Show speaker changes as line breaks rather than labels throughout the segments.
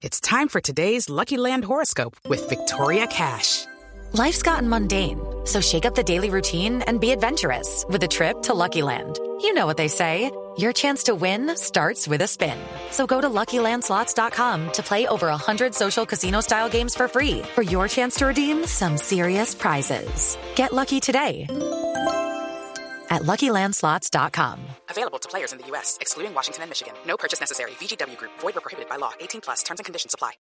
It's time for today's Lucky Land horoscope with Victoria Cash.
Life's gotten mundane, so shake up the daily routine and be adventurous with a trip to Lucky Land. You know what they say, your chance to win starts with a spin. So go to LuckyLandSlots.com to play over 100 social casino-style games for free for your chance to redeem some serious prizes. Get lucky today at LuckyLandSlots.com.
Available to players in the U.S., excluding Washington and Michigan. No purchase necessary. VGW Group. Void or prohibited by law. 18+. Terms and conditions apply.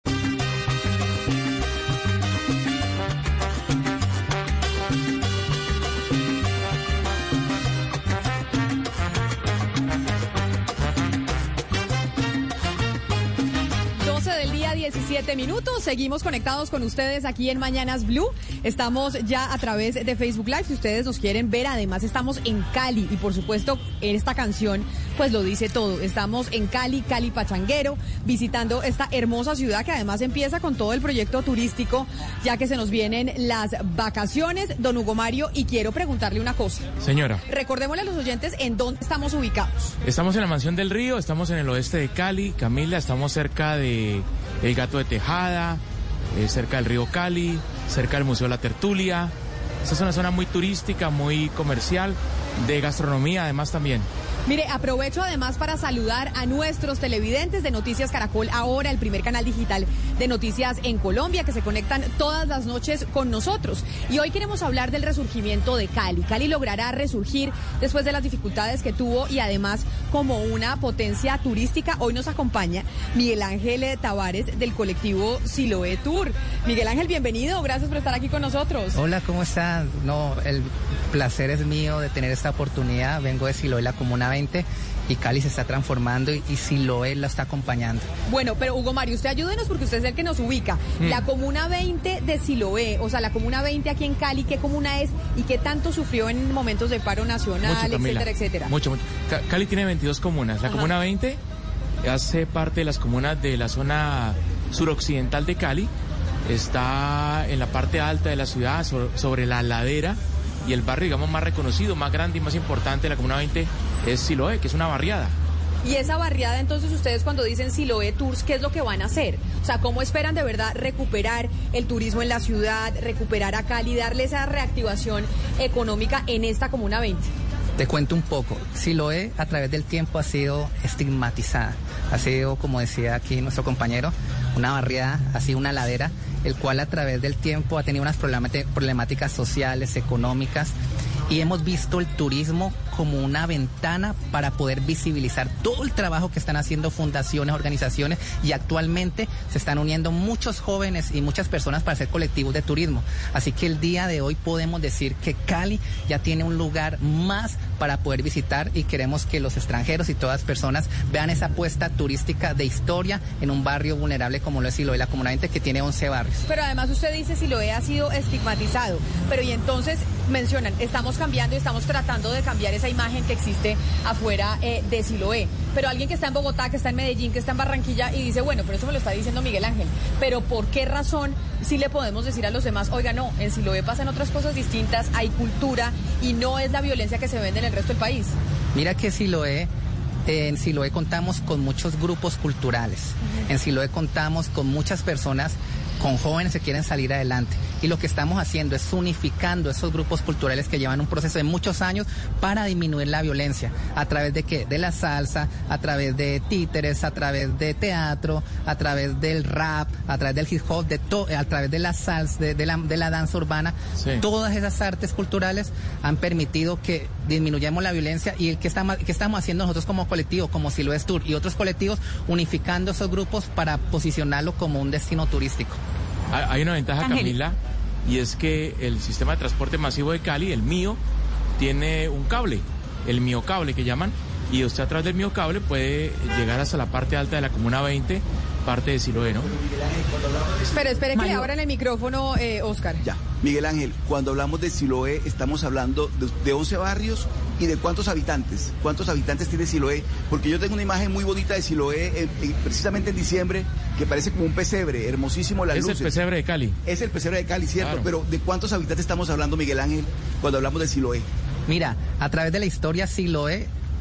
Del día, 17 minutos. Seguimos conectados con ustedes aquí en Mañanas Blue. Estamos ya a través de Facebook Live. Si ustedes nos quieren ver, además estamos en Cali. Y por supuesto, esta canción pues lo dice todo. Estamos en Cali, Cali Pachanguero, visitando esta hermosa ciudad que además empieza con todo el proyecto turístico, ya que se nos vienen las vacaciones. Don Hugo Mario, y quiero preguntarle una cosa.
Señora.
Recordémosle a los oyentes en dónde estamos ubicados.
Estamos en la Mansión del Río, estamos en el oeste de Cali. Camila, estamos cerca de El Gato de Tejada, cerca del río Cali, cerca del Museo de la Tertulia. Esta es una zona muy turística, muy comercial, de gastronomía además también.
Mire, aprovecho además para saludar a nuestros televidentes de Noticias Caracol Ahora, el primer canal digital de noticias en Colombia, que se conectan todas las noches con nosotros. Y hoy queremos hablar del resurgimiento de Cali. Cali logrará resurgir después de las dificultades que tuvo y además como una potencia turística. Hoy nos acompaña Miguel Ángel Tavares del colectivo Siloé Tour. Miguel Ángel, bienvenido, gracias por estar aquí con nosotros.
Hola, ¿cómo están? No, el placer es mío de tener esta oportunidad. Vengo de Siloé, la Comuna 20, y Cali se está transformando y Siloé la está acompañando.
Bueno, pero Hugo Mario, usted ayúdenos porque usted es el que nos ubica. La Comuna 20 de Siloé, o sea, la Comuna 20 aquí en Cali, ¿qué comuna es y qué tanto sufrió en momentos de paro nacional,
mucho, Camila,
etcétera, etcétera?
Mucho. Cali tiene 22 comunas. La Comuna 20 hace parte de las comunas de la zona suroccidental de Cali. Está en la parte alta de la ciudad, sobre la ladera, y el barrio, digamos, más reconocido, más grande y más importante de la Comuna 20 es Siloé, que es una barriada.
Y esa barriada, entonces, ustedes cuando dicen Siloé Tours, ¿qué es lo que van a hacer? O sea, ¿cómo esperan de verdad recuperar el turismo en la ciudad, recuperar a Cali, darle esa reactivación económica en esta Comuna 20?
Te cuento un poco. Siloé a través del tiempo ha sido estigmatizada. Ha sido, como decía aquí nuestro compañero, una barriada, ha sido una ladera, el cual a través del tiempo ha tenido unas problemáticas sociales, económicas, y hemos visto el turismo como una ventana para poder visibilizar todo el trabajo que están haciendo fundaciones, organizaciones, y actualmente se están uniendo muchos jóvenes y muchas personas para hacer colectivos de turismo. Así que el día de hoy podemos decir que Cali ya tiene un lugar más para poder visitar, y queremos que los extranjeros y todas las personas vean esa apuesta turística de historia en un barrio vulnerable como lo es Siloé, la Comuna 20, que tiene 11 barrios.
Pero además usted dice Siloé ha sido estigmatizado, pero y entonces mencionan, estamos cambiando y estamos tratando de cambiar esa imagen que existe afuera de Siloé. Pero alguien que está en Bogotá, que está en Medellín, que está en Barranquilla y dice, bueno, pero eso me lo está diciendo Miguel Ángel, pero ¿por qué razón sí le podemos decir a los demás, oiga, no, en Siloé pasan otras cosas distintas, hay cultura y no es la violencia que se vende en el resto del país?
Mira que en Siloé contamos con muchos grupos culturales. En Siloé contamos con muchas personas, con jóvenes que quieren salir adelante. Y lo que estamos haciendo es unificando esos grupos culturales que llevan un proceso de muchos años para disminuir la violencia. ¿A través de qué? De la salsa, a través de títeres, a través de teatro, a través del rap, a través del hip hop, a través de la salsa, de la danza urbana. Sí. Todas esas artes culturales han permitido que disminuyamos la violencia, y el que estamos haciendo nosotros como colectivo, como Siloé Tour y otros colectivos, unificando esos grupos para posicionarlo como un destino turístico.
Hay una ventaja, Camila, y es que el sistema de transporte masivo de Cali, el mío, tiene un cable, el miocable que llaman, y usted a través del miocable puede llegar hasta la parte alta de la Comuna 20, parte de Siloé, ¿no?
Pero espere que le abran el micrófono, Oscar.
Ya, Miguel Ángel, cuando hablamos de Siloé estamos hablando de 11 barrios y de cuántos habitantes. ¿Cuántos habitantes tiene Siloé? Porque yo tengo una imagen muy bonita de Siloé, precisamente en diciembre, que parece como un pesebre, hermosísimo las luces.
Es el pesebre de Cali.
Es el pesebre de Cali, cierto, claro. Pero ¿de cuántos habitantes estamos hablando, Miguel Ángel, cuando hablamos de Siloé?
Mira, a través de la historia, Siloé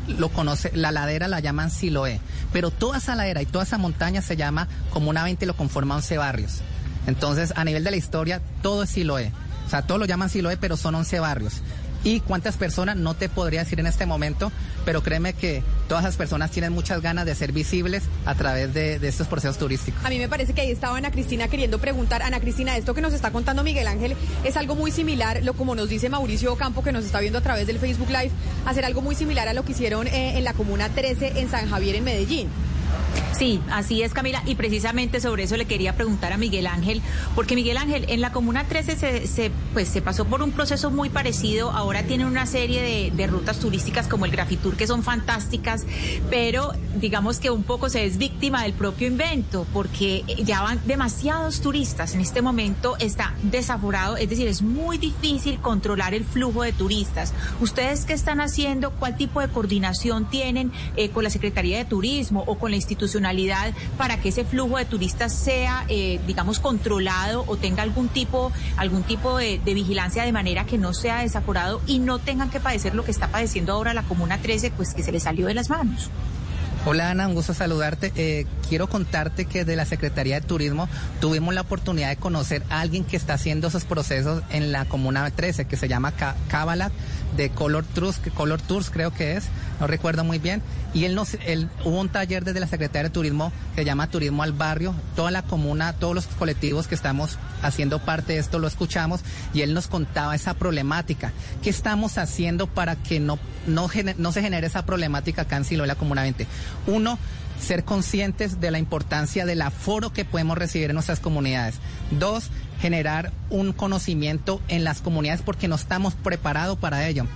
lo conoce, la ladera la llaman Siloé, pero toda esa ladera y toda esa montaña se llama Comuna 20 y lo conforma 11 barrios. Entonces, a nivel de la historia, todo es Siloé. O sea, todos lo llaman Siloé, pero son 11 barrios. ¿Y cuántas personas? No te podría decir en este momento, pero créeme que todas esas personas tienen muchas ganas de ser visibles a través de estos procesos turísticos.
A mí me parece que ahí estaba Ana Cristina queriendo preguntar. Ana Cristina, esto que nos está contando Miguel Ángel es algo muy similar, como nos dice Mauricio Ocampo, que nos está viendo a través del Facebook Live, hacer algo muy similar a lo que hicieron en la Comuna 13 en San Javier, en Medellín.
Sí, así es, Camila, y precisamente sobre eso le quería preguntar a Miguel Ángel, porque Miguel Ángel, en la Comuna 13 se pasó por un proceso muy parecido. Ahora tienen una serie de rutas turísticas como el Grafitour, que son fantásticas, pero digamos que un poco se es víctima del propio invento, porque ya van demasiados turistas. En este momento está desaforado, es decir, es muy difícil controlar el flujo de turistas. ¿Ustedes qué están haciendo? ¿Cuál tipo de coordinación tienen con la Secretaría de Turismo o con la institucionalidad para que ese flujo de turistas sea, digamos, controlado o tenga algún tipo de vigilancia, de manera que no sea desaforado y no tengan que padecer lo que está padeciendo ahora la Comuna 13, pues que se les salió de las manos?
Hola Ana, un gusto saludarte. Quiero contarte que de la Secretaría de Turismo tuvimos la oportunidad de conocer a alguien que está haciendo esos procesos en la Comuna 13, que se llama Kabbalah, de Color Tours creo que es, no recuerdo muy bien, y hubo un taller desde la Secretaría de Turismo que se llama Turismo al Barrio. Toda la comuna, todos los colectivos que estamos haciendo parte de esto lo escuchamos, y él nos contaba esa problemática. ¿Qué estamos haciendo para que no se genere esa problemática acá en Siloé, la Comuna 20? Uno, ser conscientes de la importancia del aforo que podemos recibir en nuestras comunidades. Dos, generar un conocimiento en las comunidades porque no estamos preparados para ello.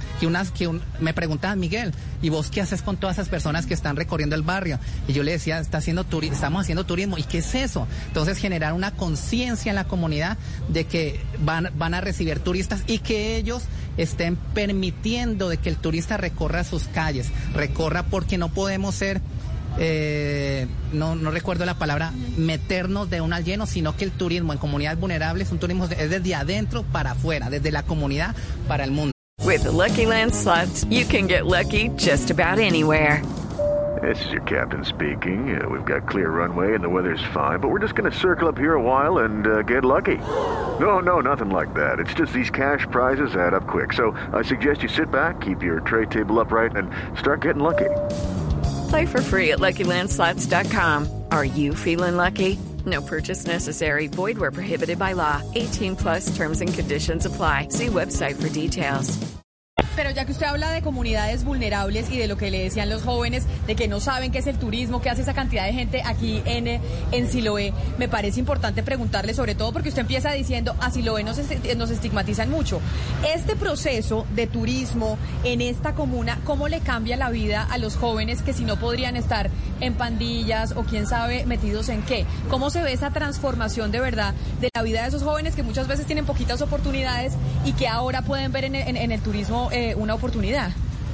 Me preguntaban, Miguel, ¿y vos qué haces con todas esas personas que están recorriendo el barrio? Y yo le decía, estamos haciendo turismo. ¿Y qué es eso? Entonces, generar una conciencia en la comunidad de que van a recibir turistas y que ellos estén permitiendo de que el turista recorra sus calles, porque no podemos ser... no recuerdo la palabra, meternos de un al lleno, sino que el turismo en comunidades vulnerables es desde adentro para afuera, desde la comunidad para el mundo.
With the Lucky Land Slots, you can get lucky just about anywhere.
This is your captain speaking. We've got clear runway and the weather's fine, but we're just going to circle up here a while and get lucky. No, nothing like that. It's just these cash prizes add up quick. So I suggest you sit back, keep your tray table upright, and start getting lucky.
Play for free at LuckyLandSlots.com. Are you feeling lucky? No purchase necessary. Void where prohibited by law. 18+ terms and conditions apply. See website for details.
Pero ya que usted habla de comunidades vulnerables y de lo que le decían los jóvenes, de que no saben qué es el turismo, qué hace esa cantidad de gente aquí en Siloé, me parece importante preguntarle, sobre todo porque usted empieza diciendo, a Siloé nos estigmatizan mucho. Este proceso de turismo en esta comuna, ¿cómo le cambia la vida a los jóvenes que si no podrían estar en pandillas o quién sabe metidos en qué? ¿Cómo se ve esa transformación de verdad de la vida de esos jóvenes que muchas veces tienen poquitas oportunidades y que ahora pueden ver en el turismo una oportunidad?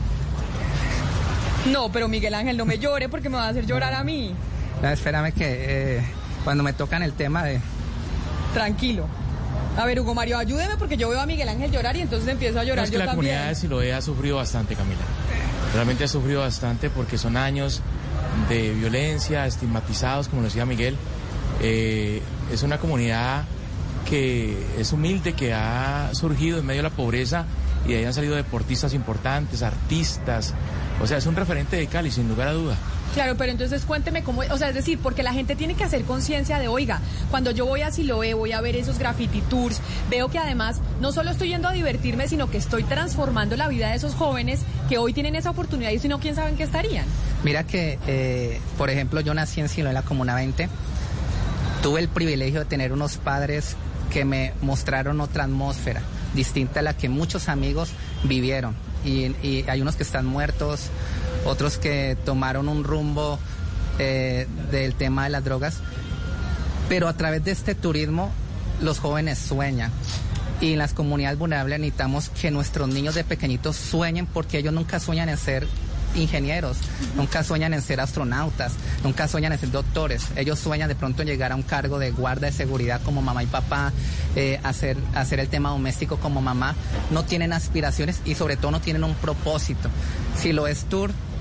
No, pero Miguel Ángel, no me llore porque me va a hacer llorar a mí.
No, espérame que cuando me tocan el tema de...
Tranquilo. A ver, Hugo Mario, ayúdeme porque yo veo a Miguel Ángel llorar y entonces empiezo a llorar yo también.
La comunidad de Siloé ha sufrido bastante, Camila. Realmente ha sufrido bastante porque son años de violencia, estigmatizados, como lo decía Miguel. Es una comunidad que es humilde, que ha surgido en medio de la pobreza, y de ahí han salido deportistas importantes, artistas. O sea, es un referente de Cali, sin lugar a duda.
Claro, pero entonces cuénteme cómo, o sea, es decir, porque la gente tiene que hacer conciencia de, oiga, cuando yo voy a Siloé, voy a ver esos graffiti tours, veo que además no solo estoy yendo a divertirme, sino que estoy transformando la vida de esos jóvenes que hoy tienen esa oportunidad y si no, quién sabe en qué estarían.
Mira que, por ejemplo, yo nací en Siloé, en la Comuna 20, tuve el privilegio de tener unos padres que me mostraron otra atmósfera, distinta a la que muchos amigos vivieron. Y hay unos que están muertos, otros que tomaron un rumbo del tema de las drogas. Pero a través de este turismo, los jóvenes sueñan. Y en las comunidades vulnerables necesitamos que nuestros niños de pequeñitos sueñen, porque ellos nunca sueñan en ser ingenieros, nunca sueñan en ser astronautas, nunca sueñan en ser doctores. Ellos sueñan de pronto en llegar a un cargo de guarda de seguridad como mamá y papá, hacer el tema doméstico como mamá. No tienen aspiraciones y sobre todo no tienen un propósito. Siloé Tour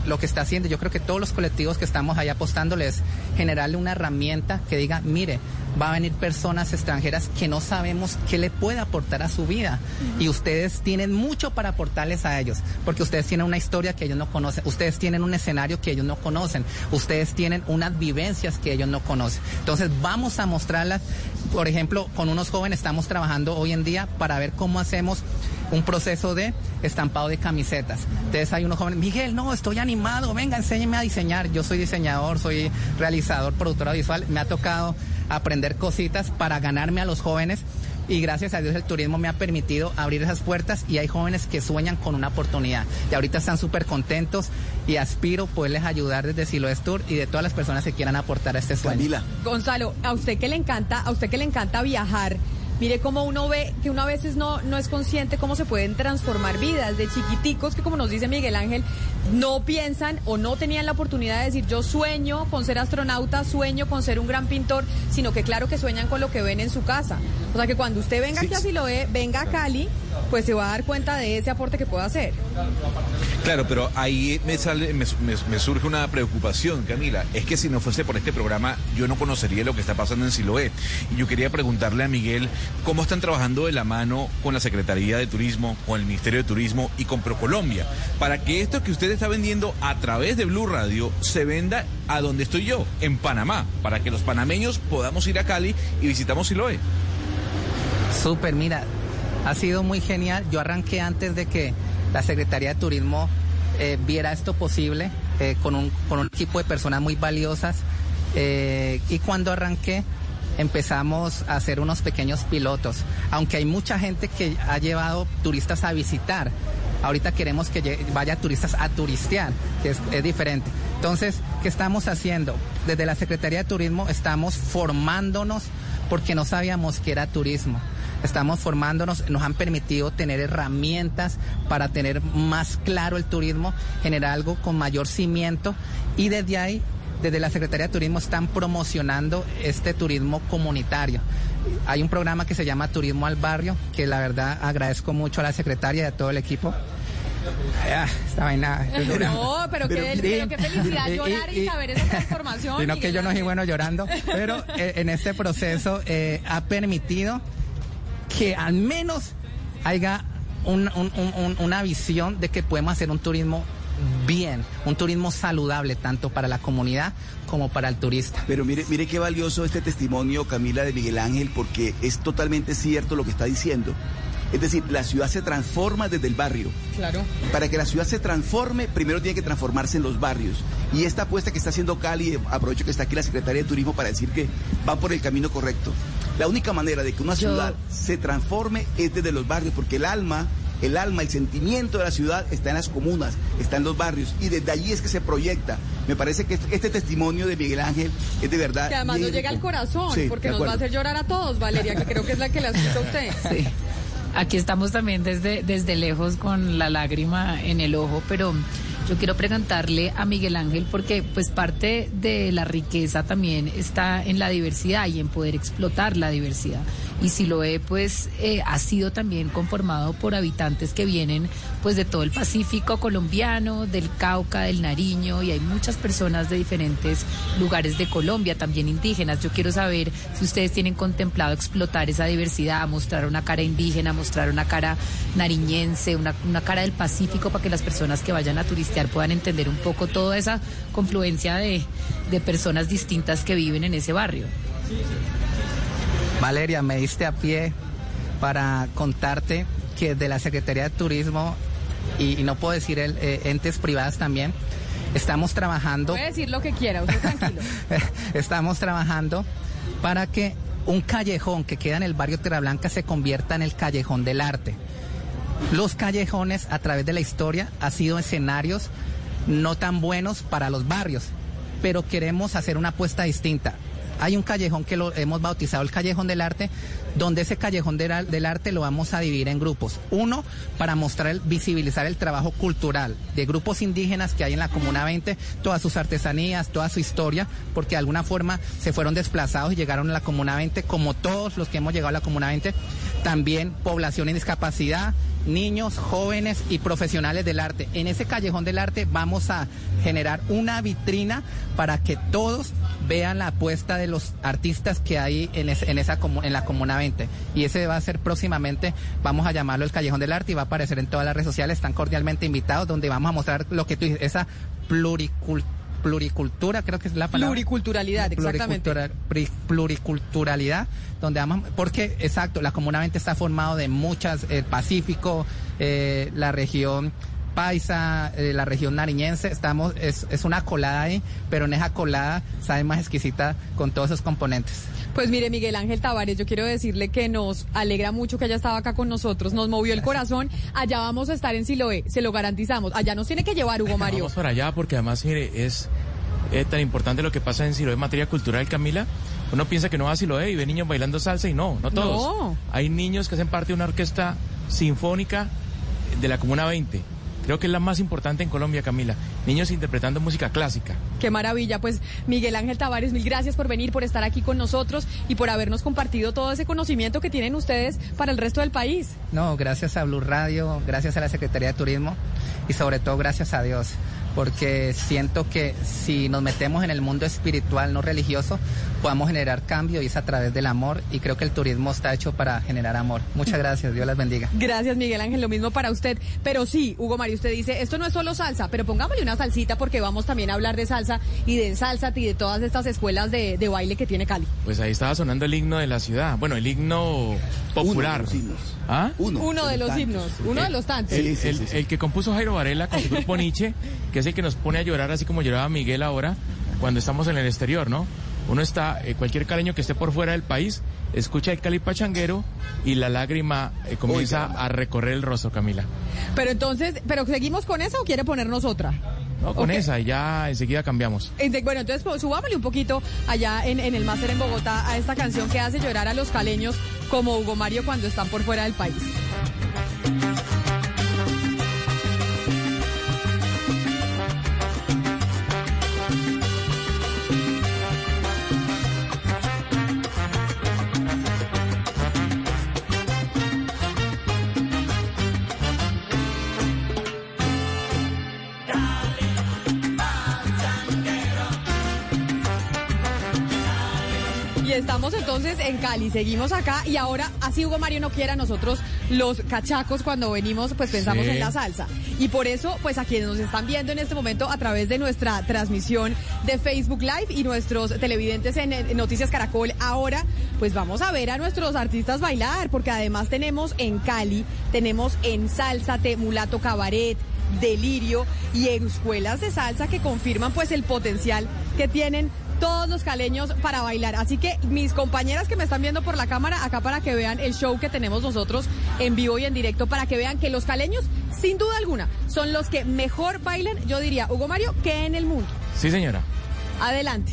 lo que está haciendo, yo creo que todos los colectivos que estamos ahí apostándoles, generarle una herramienta que diga, mire, va a venir personas extranjeras que no sabemos qué le puede aportar a su vida. Y ustedes tienen mucho para aportarles a ellos, porque ustedes tienen una historia que ellos no conocen, ustedes tienen un escenario que ellos no conocen, ustedes tienen unas vivencias que ellos no conocen. Entonces vamos a mostrarlas. Por ejemplo, con unos jóvenes estamos trabajando hoy en día para ver cómo hacemos un proceso de estampado de camisetas. Entonces hay unos jóvenes, Miguel, no, estoy animado, venga, enséñeme a diseñar. Yo soy diseñador, soy realizador, productor audiovisual, me ha tocado aprender cositas para ganarme a los jóvenes y gracias a Dios el turismo me ha permitido abrir esas puertas y hay jóvenes que sueñan con una oportunidad y ahorita están súper contentos y aspiro poderles ayudar desde Siloé Tour y de todas las personas que quieran aportar a este sueño.
Camila.
Gonzalo, a usted que le encanta viajar, mire cómo uno ve que uno a veces no es consciente cómo se pueden transformar vidas de chiquiticos que, como nos dice Miguel Ángel, no piensan o no tenían la oportunidad de decir yo sueño con ser astronauta, sueño con ser un gran pintor, sino que claro que sueñan con lo que ven en su casa. O sea que cuando usted venga aquí a Siloé, venga a Cali, pues se va a dar cuenta de ese aporte que puede hacer.
Claro, pero ahí me surge una preocupación, Camila. Es que si no fuese por este programa, yo no conocería lo que está pasando en Siloé. Y yo quería preguntarle a Miguel cómo están trabajando de la mano con la Secretaría de Turismo, con el Ministerio de Turismo y con ProColombia, para que esto que usted está vendiendo a través de Blue Radio se venda a donde estoy yo, en Panamá, para que los panameños podamos ir a Cali y visitamos Siloé.
Súper, mira, ha sido muy genial. Yo arranqué antes de que la Secretaría de Turismo viera esto posible, con un equipo de personas muy valiosas, y cuando arranqué empezamos a hacer unos pequeños pilotos, aunque hay mucha gente que ha llevado turistas a visitar. Ahorita queremos que vaya turistas a turistear, que es diferente. Entonces, ¿qué estamos haciendo? Desde la Secretaría de Turismo estamos formándonos porque no sabíamos qué era turismo. Estamos formándonos, nos han permitido tener herramientas para tener más claro el turismo, generar algo con mayor cimiento y desde ahí, desde la Secretaría de Turismo están promocionando este turismo comunitario. Hay un programa que se llama Turismo al Barrio, que la verdad agradezco mucho a la secretaria y a todo el equipo. Esta vaina es dura.
No, pero qué felicidad llorar y saber esa transformación.
Sino que yo no soy bueno llorando, pero en este proceso ha permitido que al menos haya una visión de que podemos hacer un turismo bien, un turismo saludable tanto para la comunidad como para el turista.
Pero mire qué valioso este testimonio, Camila, de Miguel Ángel, porque es totalmente cierto lo que está diciendo. Es decir, la ciudad se transforma desde el barrio.
Claro.
Para que la ciudad se transforme, primero tiene que transformarse en los barrios. Y esta apuesta que está haciendo Cali, aprovecho que está aquí la Secretaría de Turismo para decir que va por el camino correcto. La única manera de que una ciudad se transforme es desde los barrios, porque el alma, el sentimiento de la ciudad está en las comunas, está en los barrios, y desde allí es que se proyecta. Me parece que este testimonio de Miguel Ángel es de verdad...
Que además nos llega al corazón,
sí,
porque nos va a hacer llorar a todos, Valeria, que creo que es la que la escucha usted.
Sí. Aquí estamos también desde lejos con la lágrima en el ojo, pero yo quiero preguntarle a Miguel Ángel, porque pues parte de la riqueza también está en la diversidad y en poder explotar la diversidad. Y Siloé pues ha sido también conformado por habitantes que vienen pues de todo el Pacífico colombiano, del Cauca, del Nariño, y hay muchas personas de diferentes lugares de Colombia, también indígenas. Yo quiero saber si ustedes tienen contemplado explotar esa diversidad, mostrar una cara indígena, mostrar una cara nariñense, una cara del Pacífico, para que las personas que vayan a turistear puedan entender un poco toda esa confluencia de personas distintas que viven en ese barrio.
Valeria, me diste a pie para contarte que de la Secretaría de Turismo, y no puedo decir entes privadas también, estamos trabajando...
Puede decir lo que quiera, usted tranquilo.
Estamos trabajando para que un callejón que queda en el barrio Tierra Blanca se convierta en el callejón del arte. Los callejones, a través de la historia, han sido escenarios no tan buenos para los barrios, pero queremos hacer una apuesta distinta. Hay un callejón que lo hemos bautizado el Callejón del Arte, donde ese Callejón del Arte lo vamos a dividir en grupos. Uno, para mostrar, visibilizar el trabajo cultural de grupos indígenas que hay en la Comuna 20, todas sus artesanías, toda su historia, porque de alguna forma se fueron desplazados y llegaron a la Comuna 20, como todos los que hemos llegado a la Comuna 20. también población en discapacidad, niños, jóvenes y profesionales del arte. En ese callejón del arte vamos a generar una vitrina para que todos vean la apuesta de los artistas que hay en la Comuna 20. Y ese va a ser próximamente, vamos a llamarlo el Callejón del Arte, y va a aparecer en todas las redes sociales. Están cordialmente invitados, donde vamos a mostrar lo que tú dices, esa pluricultura, creo que es la palabra.
Pluriculturalidad, exactamente.
Pluriculturalidad, donde vamos, porque, exacto, la Comuna 20 está formado de muchas, el Pacífico, la región paisa, la región nariñense, es una colada ahí, pero en esa colada sabe más exquisita con todos esos componentes.
Pues mire, Miguel Ángel Tavares, yo quiero decirle que nos alegra mucho que haya estado acá con nosotros, nos movió el corazón. Allá vamos a estar en Siloé, se lo garantizamos. Allá nos tiene que llevar Hugo Mario.
Vamos para allá porque además, mire, es tan importante lo que pasa en Siloé en materia cultural, Camila. Uno piensa que no va a Siloé y ve niños bailando salsa y no todos. No. Hay niños que hacen parte de una orquesta sinfónica de la Comuna 20. Creo que es la más importante en Colombia, Camila. Niños interpretando música clásica.
Qué maravilla. Pues Miguel Ángel Tavares, mil gracias por venir, por estar aquí con nosotros y por habernos compartido todo ese conocimiento que tienen ustedes para el resto del país.
No, gracias a Blue Radio, gracias a la Secretaría de Turismo y sobre todo gracias a Dios, porque siento que si nos metemos en el mundo espiritual, no religioso, podamos generar cambio, y es a través del amor, y creo que el turismo está hecho para generar amor. Muchas gracias, Dios las bendiga.
Gracias, Miguel Ángel, lo mismo para usted. Pero sí, Hugo Mario, usted dice, esto no es solo salsa, pero pongámosle una salsita porque vamos también a hablar de salsa y de ensálzate y de todas estas escuelas de baile que tiene Cali.
Pues ahí estaba sonando el himno de la ciudad, bueno, el himno popular.
Uno de los himnos.
¿Ah?
Uno de los himnos, uno de los tantos.
El que compuso Jairo Varela con su grupo Nietzsche, que es el que nos pone a llorar así como lloraba Miguel ahora cuando estamos en el exterior, ¿no? Uno está, cualquier caleño que esté por fuera del país, escucha el Cali pachanguero y la lágrima comienza a recorrer el rostro, Camila.
Pero entonces, ¿seguimos con esa o quiere ponernos otra?
No, con esa, y ya enseguida cambiamos.
Bueno, entonces pues, subámosle un poquito allá en el máster en Bogotá a esta canción que hace llorar a los caleños como Hugo Mario cuando están por fuera del país. Estamos entonces en Cali, seguimos acá y ahora, así Hugo Mario no quiera, nosotros los cachacos cuando venimos pues pensamos en la salsa. Y por eso pues a quienes nos están viendo en este momento a través de nuestra transmisión de Facebook Live y nuestros televidentes en Noticias Caracol ahora, pues vamos a ver a nuestros artistas bailar, porque además tenemos en Cali, tenemos Ensálzate, Mulato Cabaret, Delirio y escuelas de salsa que confirman pues el potencial que tienen todos los caleños para bailar. Así que mis compañeras que me están viendo por la cámara acá para que vean el show que tenemos nosotros en vivo y en directo, para que vean que los caleños, sin duda alguna, son los que mejor bailan, yo diría, Hugo Mario, que en el mundo.
Sí, señora.
Adelante.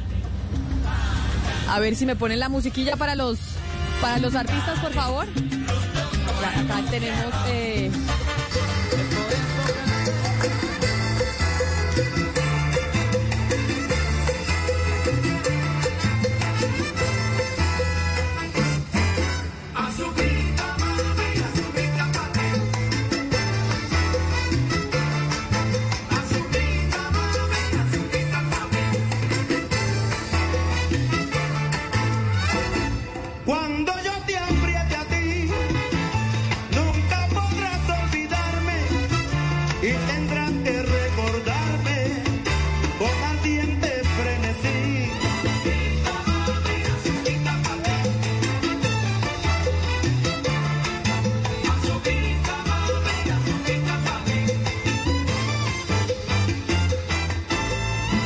A ver si me ponen la musiquilla para los artistas, por favor. Ya, acá tenemos...
Cuando yo te apriete a ti, nunca podrás olvidarme y tendrás que recordarme con ardiente frenesí.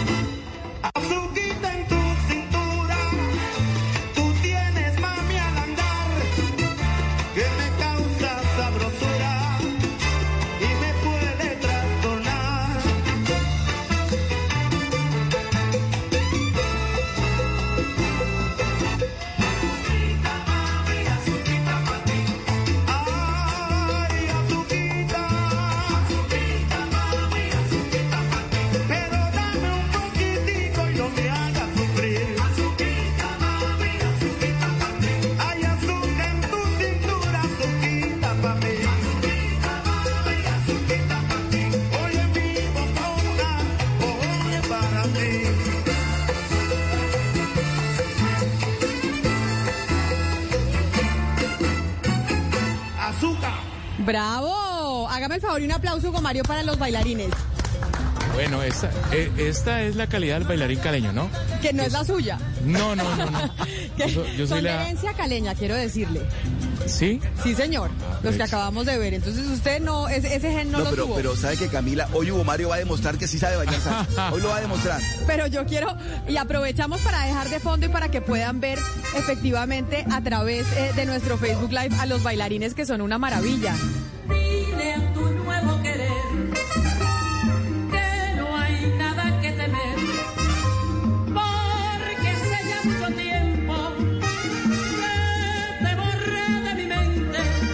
Azuquita en tu cintura, tú tienes mami a la
¡Bravo! Hágame el favor y un aplauso, Hugo Mario, para los bailarines.
Bueno, esta es la calidad del bailarín caleño, ¿no?
Que no es la suya.
No. Yo soy
Son de
la...
herencia caleña, quiero decirle.
¿Sí?
Sí, señor. Los que acabamos de ver. Entonces usted no, ese gen no lo tuvo.
Pero sabe que Camila, hoy Hugo Mario va a demostrar que sí sabe bailar salsa. Hoy lo va a demostrar.
Pero yo quiero, y aprovechamos para dejar de fondo y para que puedan ver efectivamente a través de nuestro Facebook Live a los bailarines que son una maravilla.
Dile a tu nuevo querer que no hay nada que temer, porque hace ya mucho tiempo que te borré de mi mente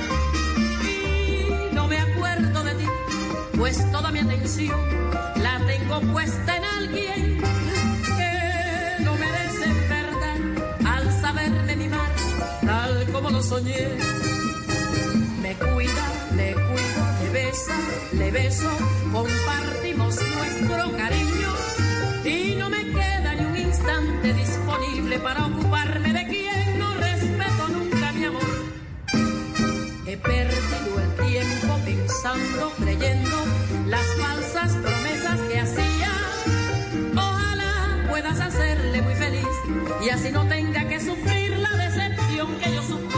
y no me acuerdo de ti, pues toda mi atención la tengo puesta en alguien que no merece en verdad al saberme mimar tal como lo soñé. Me cuida, le cuido, le besa, le beso, compartimos nuestro cariño y no me queda ni un instante disponible para ocuparme de quien no respeto nunca mi amor. He perdido el tiempo pensando, creyendo las falsas promesas que hacía. Ojalá puedas hacerle muy feliz y así no tenga que sufrir la decepción que yo sufrí.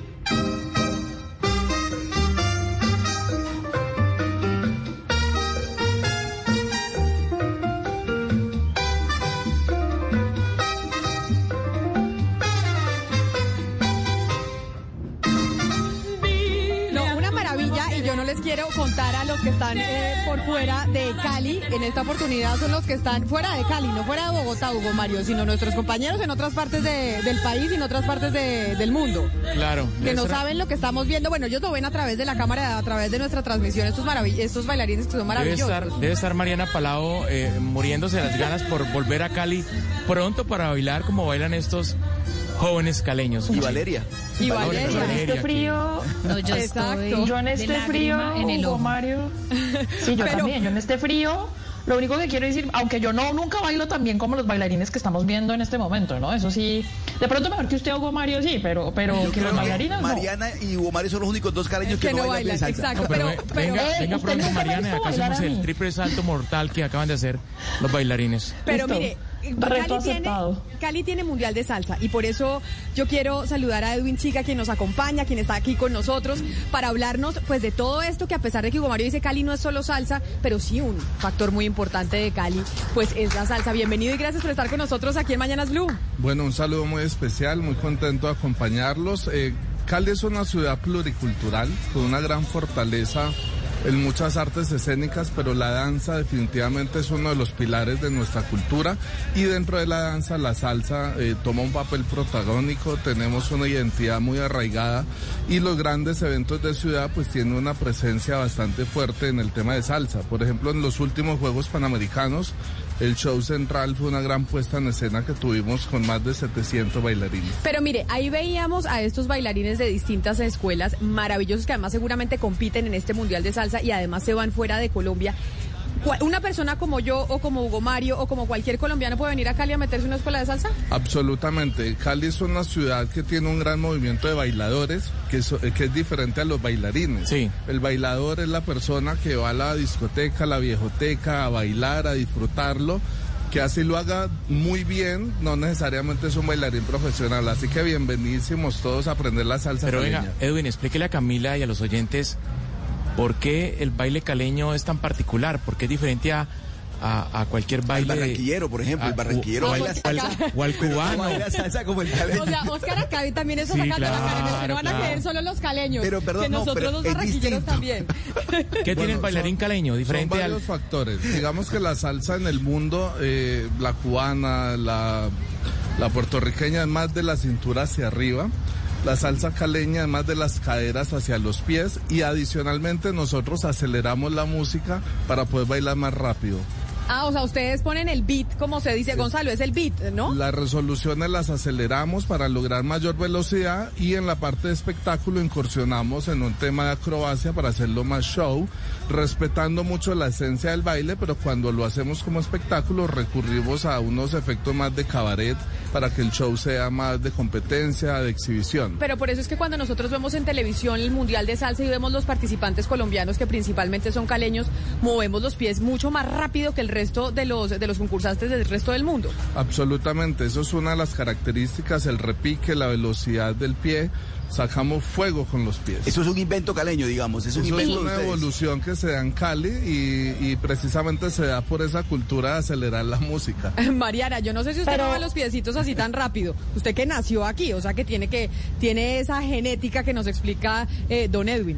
Quiero contar a los que están por fuera de Cali. En esta oportunidad son los que están fuera de Cali, no fuera de Bogotá, Hugo Mario, sino nuestros compañeros en otras partes del país y en otras partes del mundo.
Claro.
Que no saben lo que estamos viendo. Bueno, ellos lo ven a través de la cámara, a través de nuestra transmisión, estos bailarines que son maravillosos.
Debe estar Mariana Palao muriéndose las ganas por volver a Cali pronto para bailar como bailan estos jóvenes caleños.
Y Valeria.
Y Valeria.
Yo en este frío,
No, yo estoy
yo en este frío,
en el
Hugo
ojo.
Mario. Sí, yo también. Yo en este frío, lo único que quiero decir, aunque yo nunca bailo tan bien como los bailarines que estamos viendo en este momento, ¿no? Eso sí, de pronto mejor que usted, Hugo Mario, sí, pero que los bailarines no.
Mariana y Hugo Mario son los únicos dos caleños que no bailan salsa.
Exacto,
No, pero venga
usted
pronto,
nunca me
Mariana,
hizo
acá
bailar
hacemos
a
el
mí.
triple salto mortal que acaban de hacer los bailarines.
Pero
Listo.
mire,
Reto aceptado.
Cali tiene Mundial de Salsa y por eso yo quiero saludar a Edwin Chica, quien nos acompaña, quien está aquí con nosotros, para hablarnos pues de todo esto que, a pesar de que Hugo Mario dice Cali no es solo salsa, pero sí un factor muy importante de Cali, pues es la salsa. Bienvenido y gracias por estar con nosotros aquí en Mañanas Blue.
Bueno, un saludo muy especial, muy contento de acompañarlos. Cali es una ciudad pluricultural con una gran fortaleza en muchas artes escénicas, pero la danza definitivamente es uno de los pilares de nuestra cultura y dentro de la danza la salsa toma un papel protagónico, tenemos una identidad muy arraigada y los grandes eventos de ciudad pues tienen una presencia bastante fuerte en el tema de salsa. Por ejemplo, en los últimos Juegos Panamericanos el show central fue una gran puesta en escena que tuvimos con más de 700 bailarines.
Pero mire, ahí veíamos a estos bailarines de distintas escuelas maravillosos que además seguramente compiten en este Mundial de Salsa y además se van fuera de Colombia. ¿Una persona como yo o como Hugo Mario o como cualquier colombiano puede venir a Cali a meterse en una escuela de salsa?
Absolutamente. Cali es una ciudad que tiene un gran movimiento de bailadores que es diferente a los bailarines.
Sí.
El bailador es la persona que va a la discoteca, a la viejoteca, a bailar, a disfrutarlo. Que así lo haga muy bien, no necesariamente es un bailarín profesional. Así que bienvenidísimos todos a aprender la salsa
Pero
caleña.
venga, Edwin, explíquele a Camila y a los oyentes por qué el baile caleño es tan particular, por qué es diferente a cualquier baile.
El barranquillero, por ejemplo, el barranquillero baila salsa.
O al cubano.
Baila salsa como el caleño.
O sea, Oscar Acabi también está
Sí,
sacando la cara,
claro,
no van a
claro.
creer solo los caleños,
Pero, perdón,
que
no,
nosotros
pero
los
es
barranquilleros
distinto.
también.
¿Qué tiene el bailarín caleño? Diferente
Son
al...
varios factores. Digamos que la salsa en el mundo, la cubana, la puertorriqueña es más de la cintura hacia arriba. La salsa caleña es más de las caderas hacia los pies y adicionalmente nosotros aceleramos la música para poder bailar más rápido.
Ah, o sea, ustedes ponen el beat, como se dice, Gonzalo, es el beat, ¿no?
Las resoluciones las aceleramos para lograr mayor velocidad y en la parte de espectáculo incursionamos en un tema de acrobacia para hacerlo más show, respetando mucho la esencia del baile, pero cuando lo hacemos como espectáculo recurrimos a unos efectos más de cabaret, para que el show sea más de competencia, de exhibición.
Pero por eso es que cuando nosotros vemos en televisión el Mundial de Salsa y vemos los participantes colombianos, que principalmente son caleños, movemos los pies mucho más rápido que el resto de los concursantes del resto del mundo.
Absolutamente, eso es una de las características, el repique, la velocidad del pie. Sacamos fuego con los pies.
Eso es un invento caleño, digamos. Es
una evolución que se da en Cali y precisamente se da por esa cultura de acelerar la música.
Mariana, yo no sé si usted mueve los piecitos así tan rápido. Usted que nació aquí, o sea que tiene esa genética que nos explica don Edwin.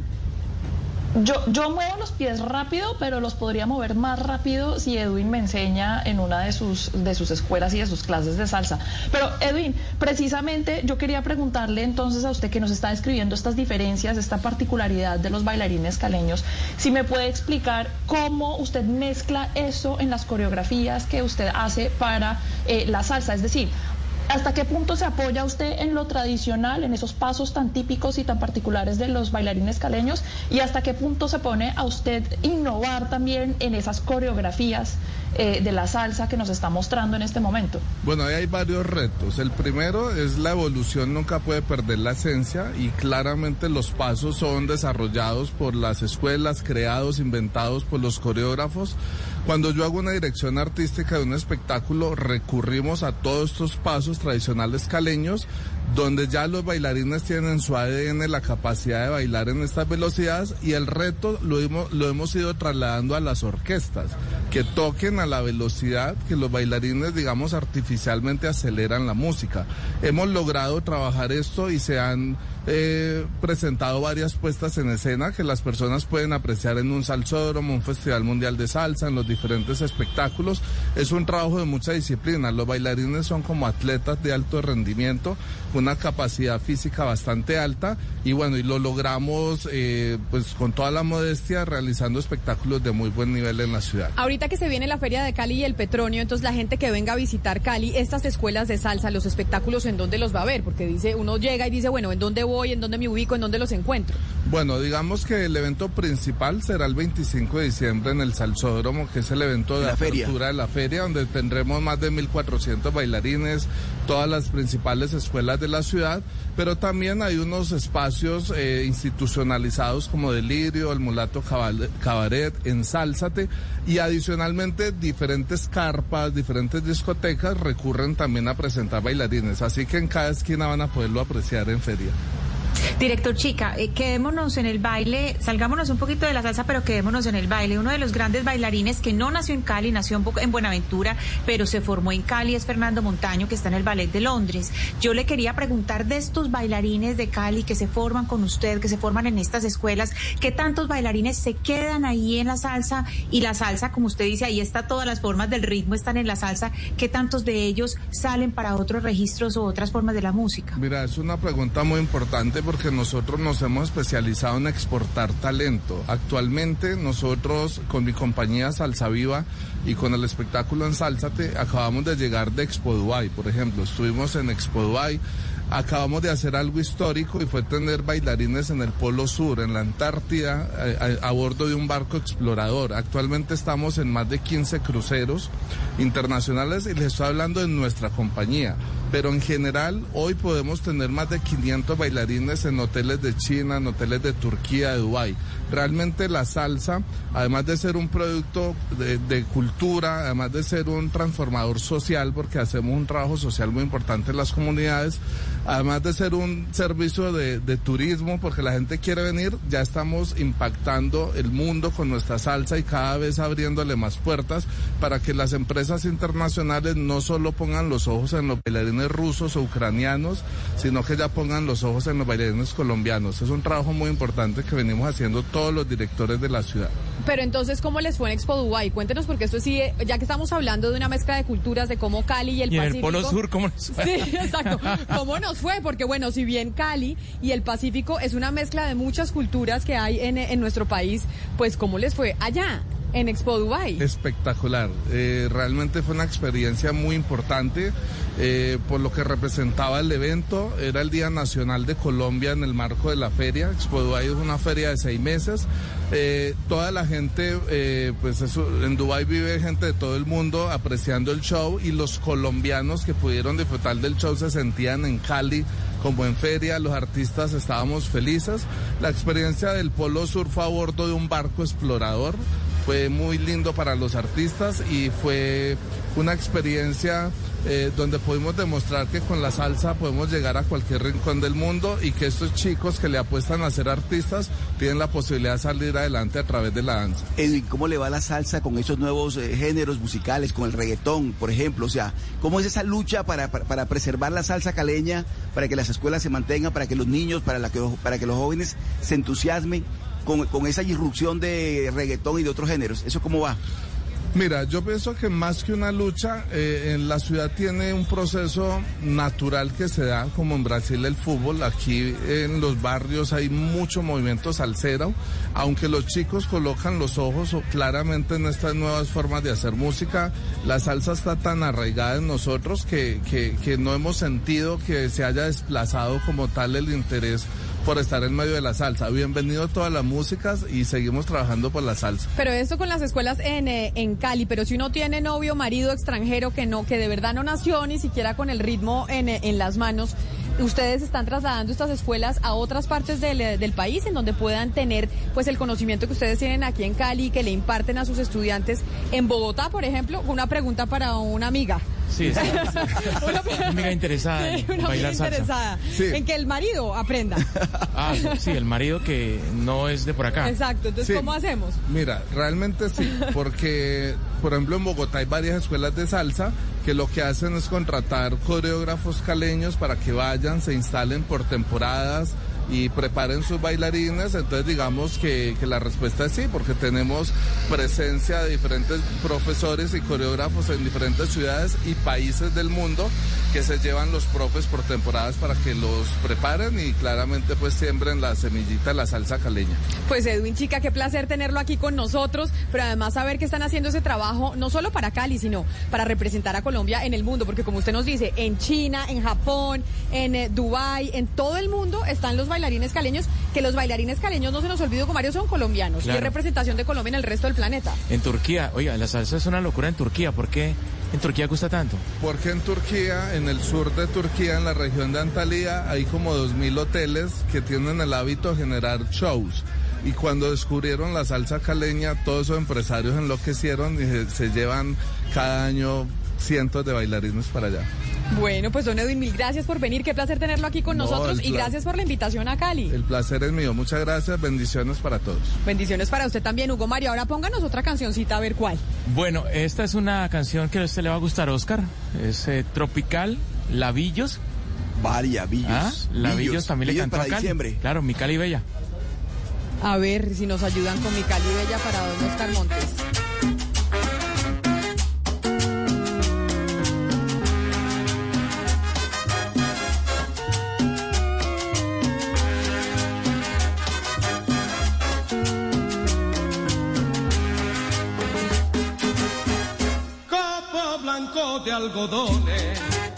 Yo muevo los pies rápido, pero los podría mover más rápido si Edwin me enseña en una de sus escuelas y de sus clases de salsa. Pero Edwin, precisamente yo quería preguntarle entonces a usted, que nos está describiendo estas diferencias, esta particularidad de los bailarines caleños, si me puede explicar cómo usted mezcla eso en las coreografías que usted hace para la salsa. Es decir, ¿hasta qué punto se apoya usted en lo tradicional, en esos pasos tan típicos y tan particulares de los bailarines caleños? ¿Y hasta qué punto se pone a usted innovar también en esas coreografías de la salsa que nos está mostrando en este momento?
Bueno, ahí hay varios retos. El primero es la evolución, nunca puede perder la esencia, y claramente los pasos son desarrollados por las escuelas, creados, inventados por los coreógrafos. Cuando yo hago una dirección artística de un espectáculo, recurrimos a todos estos pasos tradicionales caleños, donde ya los bailarines tienen en su ADN la capacidad de bailar en estas velocidades, y el reto lo hemos ido trasladando a las orquestas, que toquen a la velocidad que los bailarines, digamos, artificialmente aceleran la música. Hemos logrado trabajar esto y se han presentado varias puestas en escena que las personas pueden apreciar en un salsódromo, un festival mundial de salsa, en los diferentes espectáculos. Es un trabajo de mucha disciplina. Los bailarines son como atletas de alto rendimiento, una capacidad física bastante alta, y bueno, y lo logramos pues con toda la modestia, realizando espectáculos de muy buen nivel en la ciudad.
Ahorita que se viene la Feria de Cali y el Petronio, entonces la gente que venga a visitar Cali, estas escuelas de salsa, los espectáculos, ¿en dónde los va a ver? Porque uno llega y dice, bueno, ¿en dónde voy? ¿En dónde me ubico? ¿En dónde los encuentro?
Bueno, digamos que el evento principal será el 25 de diciembre en el Salsódromo, que es el evento de apertura de la feria, donde tendremos más de 1.400 bailarines, todas las principales escuelas de la ciudad, pero también hay unos espacios institucionalizados como Delirio, el Mulato Cabaret, Ensálzate, y adicionalmente diferentes carpas, diferentes discotecas recurren también a presentar bailarines, así que en cada esquina van a poderlo apreciar en feria.
Director Chica, quedémonos en el baile, salgámonos un poquito de la salsa, pero quedémonos en el baile. Uno de los grandes bailarines que no nació en Cali, nació un poco en Buenaventura, pero se formó en Cali, es Fernando Montaño, que está en el Ballet de Londres. Yo le quería preguntar de estos bailarines de Cali que se forman con usted, que se forman en estas escuelas, ¿qué tantos bailarines se quedan ahí en la salsa? Y la salsa, como usted dice, ahí está, todas las formas del ritmo están en la salsa. ¿Qué tantos de ellos salen para otros registros o otras formas de la música?
Mira, es una pregunta muy importante, porque nosotros nos hemos especializado en exportar talento. Actualmente nosotros, con mi compañía Salsa Viva y con el espectáculo Ensálzate, acabamos de llegar de Expo Dubai, por ejemplo. Estuvimos en Expo Dubai. Acabamos de hacer algo histórico, y fue tener bailarines en el Polo Sur, en la Antártida, a bordo de un barco explorador. Actualmente estamos en más de 15 cruceros internacionales, y les estoy hablando de nuestra compañía. Pero en general, hoy podemos tener más de 500 bailarines en hoteles de China, en hoteles de Turquía, de Dubái. Realmente la salsa, además de ser un producto de cultura, además de ser un transformador social, porque hacemos un trabajo social muy importante en las comunidades, además de ser un servicio de turismo, porque la gente quiere venir, ya estamos impactando el mundo con nuestra salsa y cada vez abriéndole más puertas para que las empresas internacionales no solo pongan los ojos en los bailarines rusos o ucranianos, sino que ya pongan los ojos en los bailarines colombianos. Es un trabajo muy importante que venimos haciendo todos los directores de la ciudad.
Pero entonces, ¿cómo les fue en Expo Dubai? Cuéntenos, porque esto sí, ya que estamos hablando de una mezcla de culturas, de cómo Cali y el Pacífico...
en el Polo Sur, ¿cómo nos fue?
Sí, exacto. ¿Cómo nos fue? Porque bueno, si bien Cali y el Pacífico es una mezcla de muchas culturas que hay en nuestro país, pues ¿cómo les fue allá? en Expo Dubai.
Espectacular. Realmente fue una experiencia muy importante por lo que representaba el evento. Era el Día Nacional de Colombia en el marco de la feria. Expo Dubai es una feria de 6 meses. Toda la gente, en Dubái vive gente de todo el mundo apreciando el show, y los colombianos que pudieron disfrutar del show se sentían en Cali como en feria. Los artistas estábamos felices. La experiencia del Polo Surf a bordo de un barco explorador fue muy lindo para los artistas, y fue una experiencia donde pudimos demostrar que con la salsa podemos llegar a cualquier rincón del mundo, y que estos chicos que le apuestan a ser artistas tienen la posibilidad de salir adelante a través de la danza.
Edwin, ¿cómo le va la salsa con esos nuevos géneros musicales, con el reggaetón, por ejemplo? O sea, ¿cómo es esa lucha para preservar la salsa caleña, para que las escuelas se mantengan, para que los niños, para que los jóvenes se entusiasmen con esa irrupción de reggaetón y de otros géneros? ¿Eso cómo va?
Mira, yo pienso que más que una lucha, en la ciudad tiene un proceso natural que se da, como en Brasil el fútbol. Aquí en los barrios hay mucho movimiento salsero, aunque los chicos colocan los ojos claramente en estas nuevas formas de hacer música. La salsa está tan arraigada en nosotros que no hemos sentido que se haya desplazado como tal el interés por estar en medio de la salsa. Bienvenido a todas las músicas, y seguimos trabajando por la salsa.
Pero esto con las escuelas en Cali, pero si uno tiene novio, marido extranjero que de verdad no nació ni siquiera con el ritmo en las manos, ¿ustedes están trasladando estas escuelas a otras partes del país en donde puedan tener pues el conocimiento que ustedes tienen aquí en Cali, que le imparten a sus estudiantes en Bogotá, por ejemplo? Una pregunta para una amiga.
Sí, una amiga interesada en bailar salsa.
Sí. En que el marido aprenda.
Sí, el marido que no es de por acá.
Exacto, entonces sí. ¿Cómo hacemos?
Mira, realmente sí, porque por ejemplo en Bogotá hay varias escuelas de salsa que lo que hacen es contratar coreógrafos caleños para que vayan, se instalen por temporadas y preparen sus bailarines. Entonces digamos que la respuesta es sí, porque tenemos presencia de diferentes profesores y coreógrafos en diferentes ciudades y países del mundo que se llevan los profes por temporadas para que los preparen y claramente pues siembren la semillita de la salsa caleña.
Pues Edwin Chica, qué placer tenerlo aquí con nosotros, pero además saber que están haciendo ese trabajo no solo para Cali, sino para representar a Colombia en el mundo, porque como usted nos dice, en China, en Japón, en Dubái, en todo el mundo están los bailarines caleños, que los bailarines caleños, no se nos olvide, Mario, son colombianos. Claro. Y es representación de Colombia en el resto del planeta.
En Turquía, oiga, la salsa es una locura en Turquía. ¿Por qué en Turquía gusta tanto?
Porque en Turquía, en el sur de Turquía, en la región de Antalya, hay como 2.000 hoteles que tienen el hábito de generar shows. Y cuando descubrieron la salsa caleña, todos esos empresarios enloquecieron y se llevan cada año cientos de bailarines para allá.
Bueno, pues don Edwin, mil gracias por venir, qué placer tenerlo aquí con nosotros y gracias por la invitación a Cali.
El placer es mío, muchas gracias, bendiciones para todos.
Bendiciones para usted también, Hugo Mario. Ahora pónganos otra cancioncita, a ver cuál.
Bueno, esta es una canción que a usted le va a gustar, Oscar, es tropical, Labillos.
Vaya, Villos.
Labillos también le cantó a Cali. Diciembre. Claro, Mi Cali Bella.
A ver si nos ayudan con Mi Cali Bella para don Oscar Montes.
De algodones,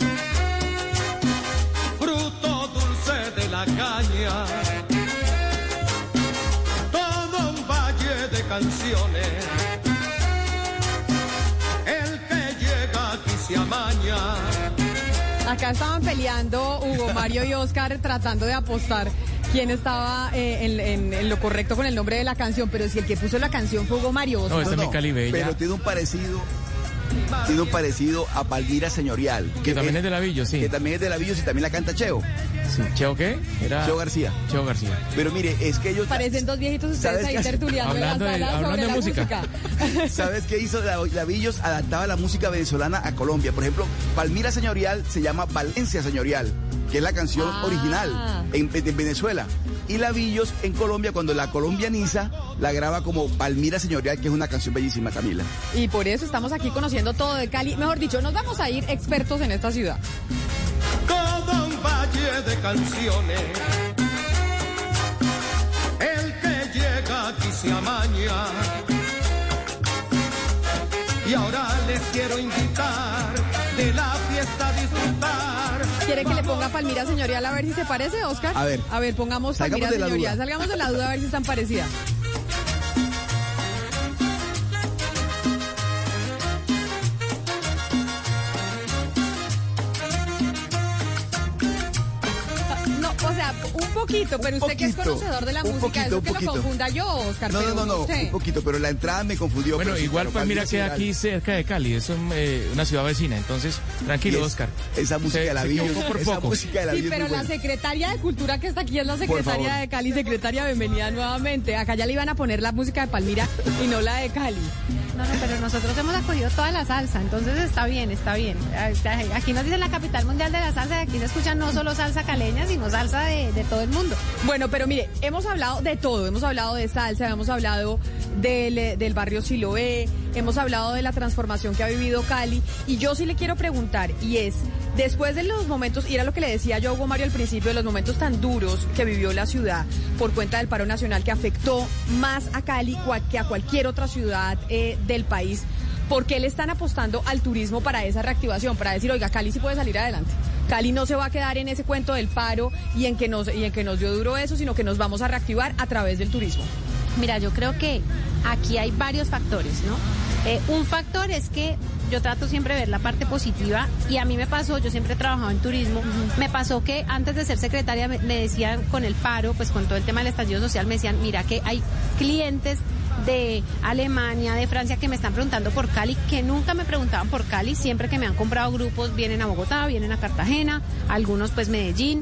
fruto dulce de la caña, todo un valle de canciones, el que llega aquí se amaña.
Acá estaban peleando Hugo Mario y Oscar tratando de apostar quién estaba en lo correcto con el nombre de la canción, pero si el que puso la canción fue Hugo Mario, Oscar.
No, este es Mi Cali Bella.
Pero tiene un parecido a Palmira Señorial.
Que también es de Labillos, sí.
Que también es de Labillos y también la canta Cheo.
Sí. ¿Cheo qué?
Cheo García.
Cheo García.
Pero mire, es que ellos...
Parecen dos viejitos ustedes ahí tertuliando
hablando de música.
¿Sabes qué hizo Labillos? Adaptaba la música venezolana a Colombia. Por ejemplo, Palmira Señorial se llama Valencia Señorial, que es la canción original en Venezuela. Y Labillos en Colombia, cuando la colombianiza, la graba como Palmira Señorial, que es una canción bellísima, Camila.
Y por eso estamos aquí conociendo todo de Cali. Mejor dicho, nos vamos a ir expertos en esta ciudad.
Todo un valle de canciones, el que llega aquí se amaña, quiero invitar, de la fiesta disfrutar.
¿Quiere que le ponga Palmira Señorial a ver si se parece, Oscar?
A ver,
pongamos
salgamos
Palmira
de la
Señorial.
duda.
Salgamos de la duda a ver si están parecidas. No, o sea, un poquito, pero usted que es conocedor de la música, eso que lo confunda yo, Oscar.
No, un poquito, pero la entrada me confundió.
Bueno,
pero
igual
sí,
Palmira queda
Señorial.
aquí cerca de Cali, es una ciudad vecina, entonces tranquilo, Oscar.
Esa música de la vida,
por
esa
poco.
música de la vida
Sí,
es
pero
muy
la
buena.
secretaria de Cultura que está aquí es la
Por
secretaria
favor.
de Cali. Secretaria, bienvenida nuevamente. Acá ya le iban a poner la música de Palmira y no la de Cali.
No, pero nosotros hemos acogido toda la salsa, entonces está bien, está bien. Aquí nos dicen la capital mundial de la salsa, y aquí se escucha no solo salsa caleña, sino salsa de todo el mundo.
Bueno, pero mire, hemos hablado de todo, hemos hablado de salsa, hemos hablado del barrio Siloé, hemos hablado de la transformación que ha vivido Cali, y yo sí le quiero preguntar, y es, después de los momentos, y era lo que le decía yo a Hugo Mario al principio, de los momentos tan duros que vivió la ciudad por cuenta del paro nacional que afectó más a Cali que a cualquier otra ciudad del país, ¿por qué le están apostando al turismo para esa reactivación? Para decir, oiga, Cali sí puede salir adelante. Cali no se va a quedar en ese cuento del paro y en que nos dio duro eso, sino que nos vamos a reactivar a través del turismo.
Mira, yo creo que aquí hay varios factores, ¿no? Un factor es que yo trato siempre de ver la parte positiva y a mí me pasó, yo siempre he trabajado en turismo, me pasó que antes de ser secretaria me decían con el paro, pues con todo el tema del estallido social, me decían, mira que hay clientes de Alemania, de Francia, que me están preguntando por Cali, que nunca me preguntaban por Cali, siempre que me han comprado grupos, vienen a Bogotá, vienen a Cartagena, algunos pues Medellín,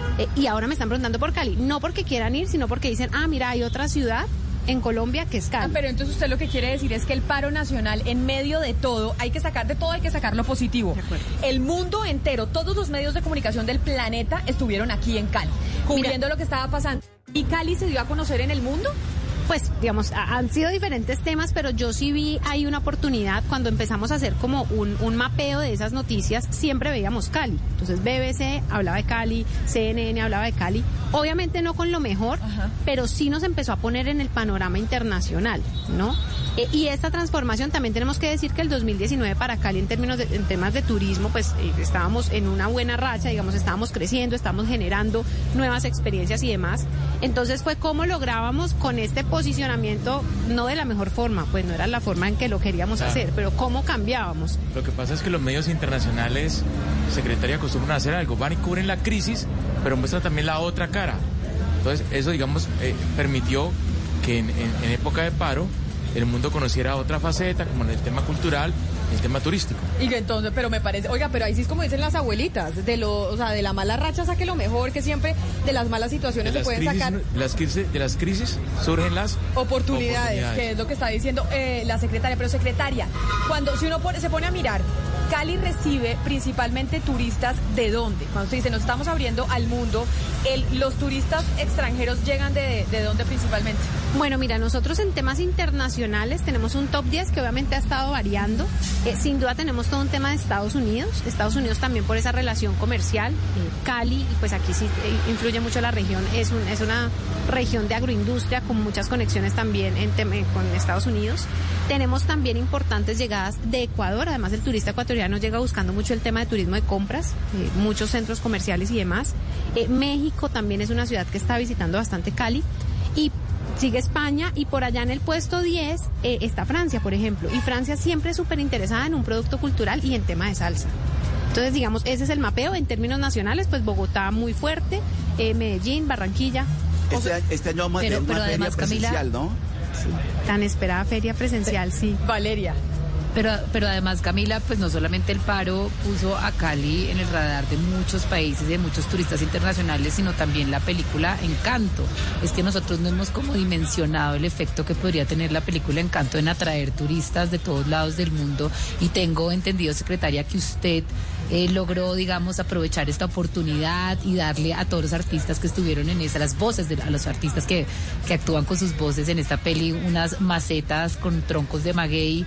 y ahora me están preguntando por Cali, no porque quieran ir, sino porque dicen, mira, hay otra ciudad en Colombia que es Cali.
Pero entonces usted lo que quiere decir es que el paro nacional, en medio de todo, hay que sacar lo positivo. El mundo entero, todos los medios de comunicación del planeta estuvieron aquí en Cali, cubriendo lo que estaba pasando. ¿Y Cali se dio a conocer en el mundo?
Pues, digamos, han sido diferentes temas, pero yo sí vi ahí una oportunidad cuando empezamos a hacer como un mapeo de esas noticias, siempre veíamos Cali. Entonces BBC hablaba de Cali, CNN hablaba de Cali, obviamente no con lo mejor, pero sí nos empezó a poner en el panorama internacional, ¿no? Y esta transformación también tenemos que decir que el 2019 para Cali en temas de turismo, pues estábamos en una buena racha, digamos, estábamos creciendo, estábamos generando nuevas experiencias y demás. Entonces fue cómo lográbamos con este posicionamiento, no de la mejor forma, pues no era la forma en que lo queríamos hacer, pero cómo cambiábamos.
Lo que pasa es que los medios internacionales, secretaria, acostumbran a hacer algo, van y cubren la crisis, pero muestran también la otra cara. Entonces eso, digamos, permitió que en época de paro el mundo conociera otra faceta, como en el tema cultural, el tema turístico.
Y que entonces, pero me parece, oiga, pero ahí sí es como dicen las abuelitas, de la mala racha saque lo mejor, que siempre de las malas situaciones se pueden sacar.
De las crisis surgen las
oportunidades, que es lo que está diciendo la secretaria. Pero secretaria, si uno se pone a mirar, Cali recibe principalmente turistas ¿de dónde? Cuando usted dice, nos estamos abriendo al mundo, los turistas extranjeros llegan ¿de dónde principalmente?
Bueno, mira, nosotros en temas internacionales tenemos un top 10 que obviamente ha estado variando. Sin duda tenemos todo un tema de Estados Unidos también por esa relación comercial. Cali, y pues aquí sí influye mucho la región, es una región de agroindustria con muchas conexiones también con Estados Unidos. Tenemos también importantes llegadas de Ecuador, además el turista ecuatoriano llega buscando mucho el tema de turismo de compras, muchos centros comerciales y demás. México también es una ciudad que está visitando bastante Cali, y sigue España, y por allá en el puesto 10 está Francia, por ejemplo, y Francia siempre es súper interesada en un producto cultural y en tema de salsa. Entonces, digamos, ese es el mapeo en términos nacionales, pues Bogotá muy fuerte, Medellín, Barranquilla.
Este año vamos a tener una feria presencial, ¿no?
Sí, tan esperada feria presencial, sí.
Valeria.
Pero además, Camila, pues no solamente el paro puso a Cali en el radar de muchos países, de muchos turistas internacionales, sino también la película Encanto. Es que nosotros no hemos como dimensionado el efecto que podría tener la película Encanto en atraer turistas de todos lados del mundo. Y tengo entendido, secretaria, que usted logró, digamos, aprovechar esta oportunidad y darle a todos los artistas que estuvieron en esa, las voces a los artistas que actúan con sus voces en esta peli, unas macetas con troncos de maguey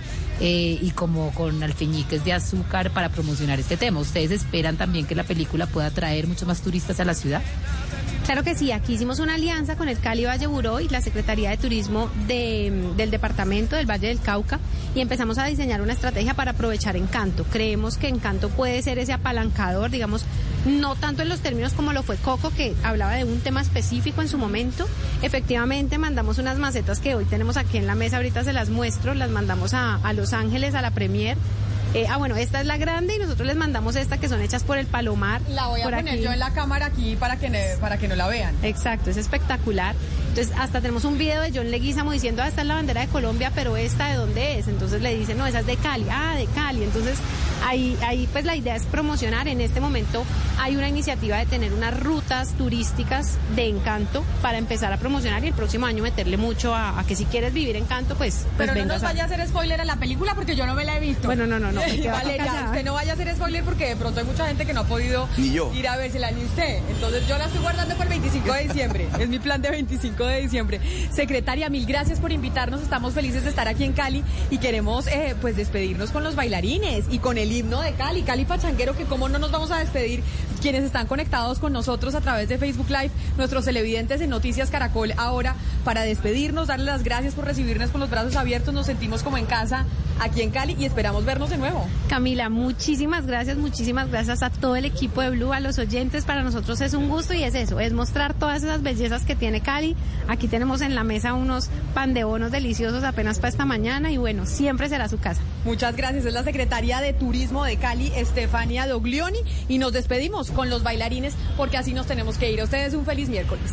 y como con alfeñiques de azúcar para promocionar este tema. ¿Ustedes esperan también que la película pueda atraer muchos más turistas a la ciudad?
Claro que sí, aquí hicimos una alianza con el Cali Valle Buró y la Secretaría de Turismo del Departamento del Valle del Cauca y empezamos a diseñar una estrategia para aprovechar Encanto. Creemos que Encanto puede ser ese apalancador, digamos, no tanto en los términos como lo fue Coco, que hablaba de un tema específico en su momento. Efectivamente, mandamos unas macetas que hoy tenemos aquí en la mesa, ahorita se las muestro, las mandamos a Los Ángeles, a la premier. Bueno, esta es la grande y nosotros les mandamos esta que son hechas por el Palomar.
La voy a poner
aquí.
yo en la cámara aquí para que no la vean.
Exacto, es espectacular. Entonces, hasta tenemos un video de John Leguizamo diciendo, esta es la bandera de Colombia, pero esta ¿de dónde es? Entonces le dicen, no, esa es de Cali. Ah, de Cali. Entonces, ahí pues la idea es promocionar. En este momento hay una iniciativa de tener unas rutas turísticas de Encanto para empezar a promocionar y el próximo año meterle mucho a que si quieres vivir Encanto, pues
pero no
vengas
nos vaya a hacer spoiler a la película porque yo no me la he visto.
Bueno, no.
Valeria, usted no vaya a hacer spoiler porque de pronto hay mucha gente que no ha podido ir a vérsela, ni usted. Entonces yo la estoy guardando para el 25 de diciembre. Es mi plan de 25 de diciembre. Secretaria, mil gracias por invitarnos. Estamos felices de estar aquí en Cali y queremos pues despedirnos con los bailarines y con el himno de Cali, Cali Pachanguero, que cómo no nos vamos a despedir quienes están conectados con nosotros a través de Facebook Live, nuestros televidentes en Noticias Caracol ahora, para despedirnos, darles las gracias por recibirnos con los brazos abiertos. Nos sentimos como en casa aquí en Cali y esperamos vernos de nuevo.
Camila, muchísimas gracias a todo el equipo de Blue, a los oyentes. Para nosotros es un gusto y es eso, es mostrar todas esas bellezas que tiene Cali. Aquí tenemos en la mesa unos pan de bonos deliciosos apenas para esta mañana y bueno, siempre será su casa.
Muchas gracias, es la secretaria de Turismo de Cali, Estefania Doglioni, y nos despedimos con los bailarines porque así nos tenemos que ir. A ustedes un feliz miércoles.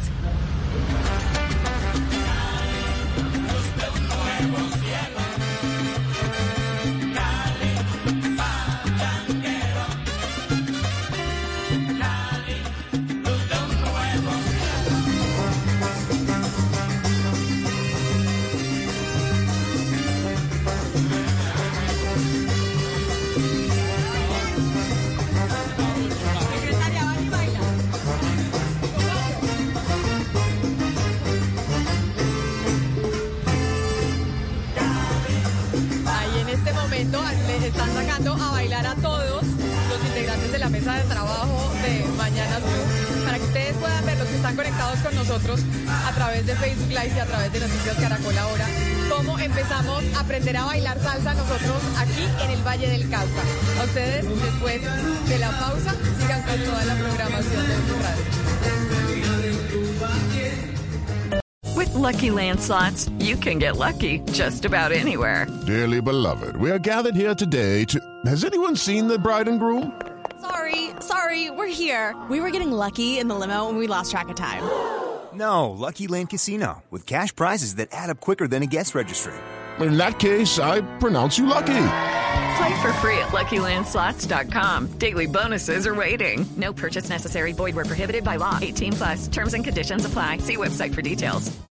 Les están sacando a bailar a todos los integrantes de la mesa de trabajo de Mañanas Blue para que ustedes puedan ver, los que están conectados con nosotros a través de Facebook Live y a través de Noticias Caracol ahora, cómo empezamos a aprender a bailar salsa nosotros aquí en el Valle del Cauca. A ustedes, después de la pausa, sigan con toda la programación de Blue Radio.
With Lucky Land Slots, you can get lucky just about anywhere.
Dearly beloved, we are gathered here today to... Has anyone seen the bride and groom?
Sorry, we're here. We were getting lucky in the limo and we lost track of time.
No, Lucky Land Casino, with cash prizes that add up quicker than a guest registry.
In that case, I pronounce you lucky.
Play for free at LuckyLandSlots.com. Daily bonuses are waiting. No purchase necessary. Void where prohibited by law. 18+. Terms and conditions apply. See website for details.